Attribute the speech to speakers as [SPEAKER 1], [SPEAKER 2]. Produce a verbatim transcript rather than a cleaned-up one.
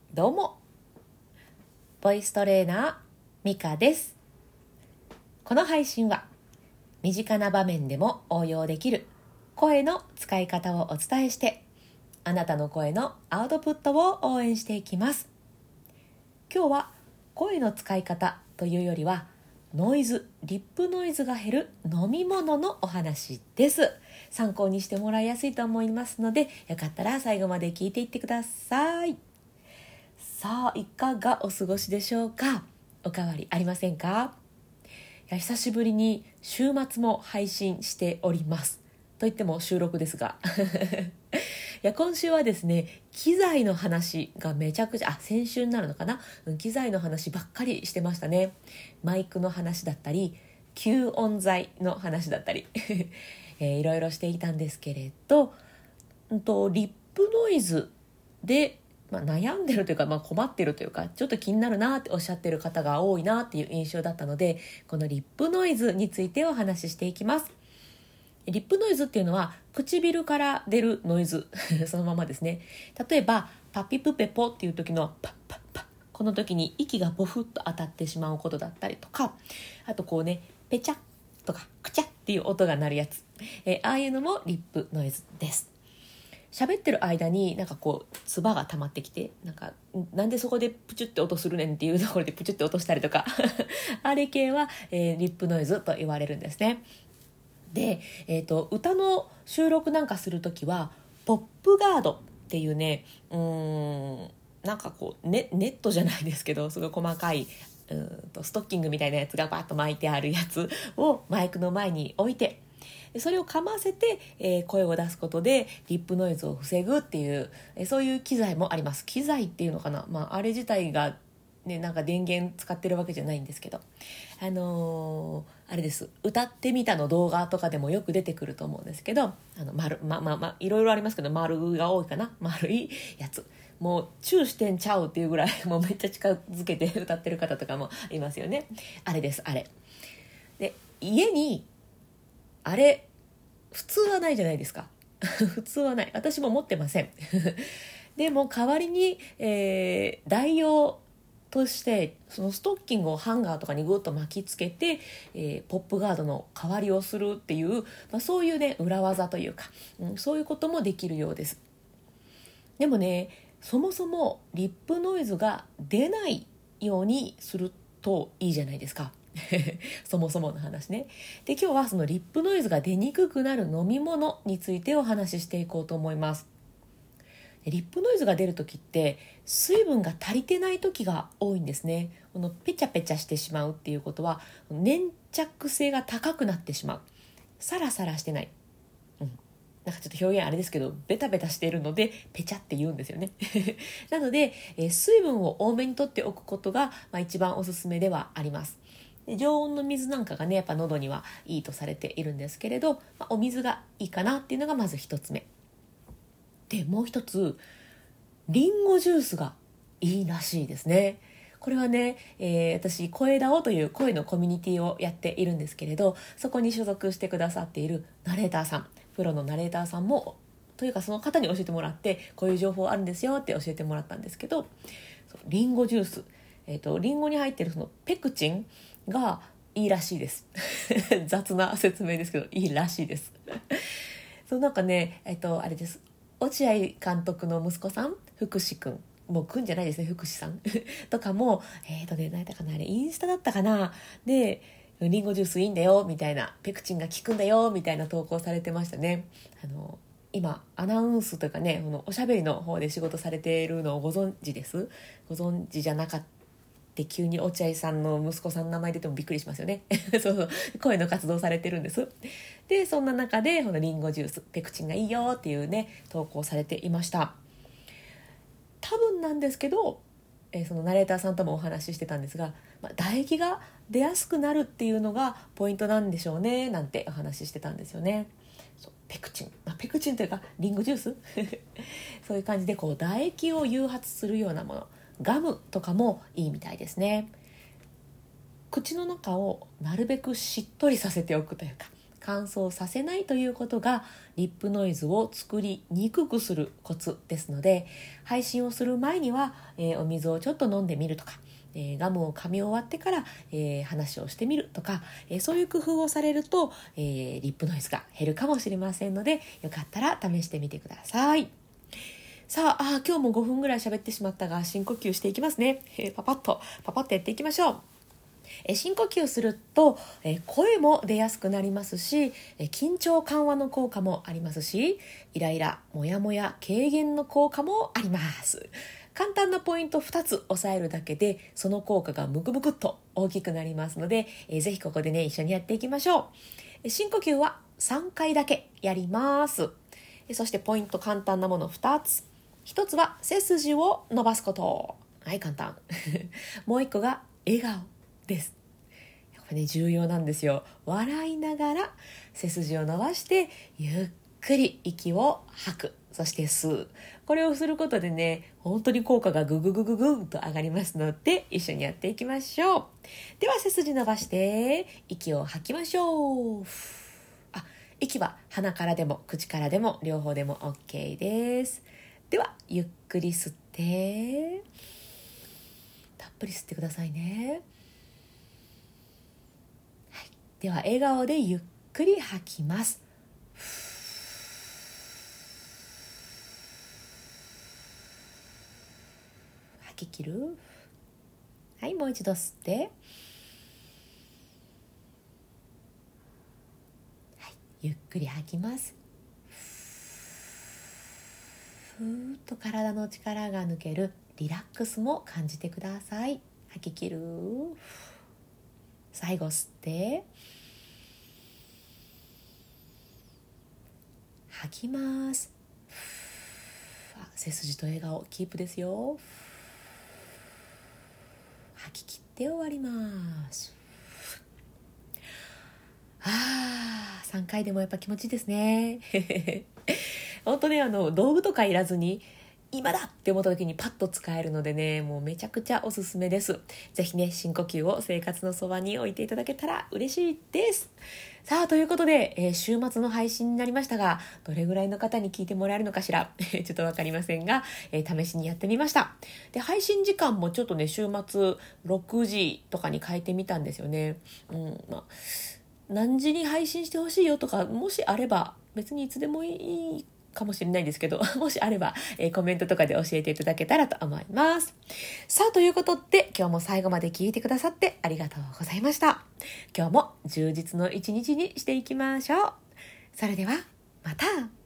[SPEAKER 1] どうも、ボイストレーナーミカです。この配信は身近な場面でも応用できる声の使い方をお伝えして、あなたの声のアウトプットを応援していきます。今日は声の使い方というよりはノイズ、リップノイズが減る飲み物のお話です。参考にしてもらいやすいと思いますので、よかったら最後まで聞いていってください。さあ、いかがお過ごしでしょうか。おかわりありませんか。いや、久しぶりに週末も配信しております。といっても収録ですがいや、今週はですね、機材の話がめちゃくちゃ、あ、先週になるのかな、うん、機材の話ばっかりしてましたね。マイクの話だったり、吸音材の話だったり、えー、いろいろしていたんですけれど、うんと、リップノイズでまあ、悩んでるというか、まあ、困ってるというか、ちょっと気になるなっておっしゃってる方が多いなっていう印象だったので、このリップノイズについてお話ししていきます。リップノイズっていうのは唇から出るノイズそのままですね。例えばパピプペポっていう時のパッパッパッ、この時に息がボフッと当たってしまうことだったりとか、あとこうね、ペチャッとかクチャッっていう音が鳴るやつ、えー、ああいうのもリップノイズです。喋ってる間になんかこう唾が溜まってきて、なんかなんでそこでプチュって音するねんっていうところでプチュって落としたりとかあれ系は、えー、リップノイズと言われるんですね。で、えーと、歌の収録なんかするときはポップガードっていうね、うーんなんかこう ネ, ネットじゃないですけど、すごい細かいうんとストッキングみたいなやつがバーッと巻いてあるやつをマイクの前に置いて、それをかませて、えー、声を出すことでリップノイズを防ぐっていう、えー、そういう機材もあります。機材っていうのかな、まあ、あれ自体が、ね、なんか電源使ってるわけじゃないんですけど、あのー、あれです。歌ってみたの動画とかでもよく出てくると思うんですけど、あの丸まままいろいろありますけど、丸が多いかな、丸いやつ、もうチューしてんちゃうっていうぐらいもうめっちゃ近づけて歌ってる方とかもいますよね。あれです、あれで、家にあれ普通はないじゃないですか普通はない。私も持ってませんでも代わりに、えー、代用としてそのストッキングをハンガーとかにぐっと巻きつけて、えー、ポップガードの代わりをするっていう、まあ、そういうね裏技というか、うん、そういうこともできるようです。でもね、そもそもリップノイズが出ないようにするといいじゃないですかそもそもの話ね。で、今日はそのリップノイズが出にくくなる飲み物についてお話ししていこうと思います。リップノイズが出る時って水分が足りてない時が多いんですね。このペチャペチャしてしまうっていうことは粘着性が高くなってしまう、サラサラしてない、うん、なんかちょっと表現あれですけどベタベタしているのでペチャって言うんですよねなので、えー水分を多めにとっておくことが、まあ、一番おすすめではあります。で、常温の水なんかがねやっぱ喉にはいいとされているんですけれど、まあ、お水がいいかなっていうのがまず一つ目で、もう一つリンゴジュースがいいらしいですね。これはね、えー、私声だおという声のコミュニティをやっているんですけれど、そこに所属してくださっているナレーターさん、プロのナレーターさんもというかその方に教えてもらって、こういう情報あるんですよって教えてもらったんですけど、リンゴジュース、えーと、リンゴに入っているそのペクチンがいいらしいです雑な説明ですけどいいらしいですそうなんかね、えっ、ー、とあれです、落合監督の息子さん、福士くん、もうくんじゃないですね、福士さんとかも、えーとね、何だかな、あれインスタだったかな、でリンゴジュースいいんだよみたいな、ペクチンが効くんだよみたいな投稿されてましたね。あの今アナウンスというかね、このおしゃべりの方で仕事されているのをご存知です？ご存知じゃなかったで急に落合さんの息子さんの名前出てもびっくりしますよねそうそう、声の活動されてるんです。でそんな中でこのリンゴジュースペクチンがいいよっていうね投稿されていました。多分なんですけど、えー、そのナレーターさんともお話ししてたんですが、まあ、唾液が出やすくなるっていうのがポイントなんでしょうねなんてお話ししてたんですよね。そうペクチン、まあ、ペクチンというかリンゴジュースそういう感じでこう唾液を誘発するようなもの、ガムとかもいいみたいですね。口の中をなるべくしっとりさせておくというか、 乾燥させないということがリップノイズを作りにくくするコツですので、配信をする前には、えー、お水をちょっと飲んでみるとか、えー、ガムを噛み終わってから、えー、話をしてみるとか、えー、そういう工夫をされると、えー、リップノイズが減るかもしれませんので、よかったら試してみてください。さあ、あ今日もごふんぐらい喋ってしまったが、深呼吸していきますね。えー、パパッとパパッとやっていきましょう。え深呼吸すると、え声も出やすくなりますし、え緊張緩和の効果もありますし、イライラ、モヤモヤ軽減の効果もあります。簡単なポイントふたつ押さえるだけでその効果がムクムクっと大きくなりますので、えー、ぜひここでね一緒にやっていきましょう。深呼吸はさんかいだけやります。そしてポイント簡単なものふたつ。ひとつは背筋を伸ばすこと。はい、簡単もういっこが笑顔です。これね重要なんですよ。笑いながら背筋を伸ばしてゆっくり息を吐く、そして吸う。これをすることでね本当に効果がグググググンと上がりますので、一緒にやっていきましょう。では背筋伸ばして息を吐きましょう。あ、息は鼻からでも口からでも両方でも OK です。ではゆっくり吸って、たっぷり吸ってくださいね。はい、では笑顔でゆっくり吐きます。吐き切る。はい、もう一度吸って、はい、ゆっくり吐きます。ふーっと体の力が抜けるリラックスも感じてください。吐き切る。最後吸って吐きます。背筋と笑顔キープですよ。吐き切って終わります。あー、さんかいでもやっぱ気持ちいいですね本当ね、あの道具とかいらずに今だって思った時にパッと使えるのでね、もうめちゃくちゃおすすめです。ぜひね深呼吸を生活のそばに置いていただけたら嬉しいです。さあということで、えー、週末の配信になりましたが、どれぐらいの方に聞いてもらえるのかしらちょっとわかりませんが、えー、試しにやってみました。で配信時間もちょっとね週末ろくじとかに変えてみたんですよね。うんまあ何時に配信してほしいよとかもしあれば、別にいつでもいいかもしれないんですけどもしあれば、えー、コメントとかで教えていただけたらと思います。さあということで、今日も最後まで聞いてくださってありがとうございました。今日も充実の一日にしていきましょう。それではまた。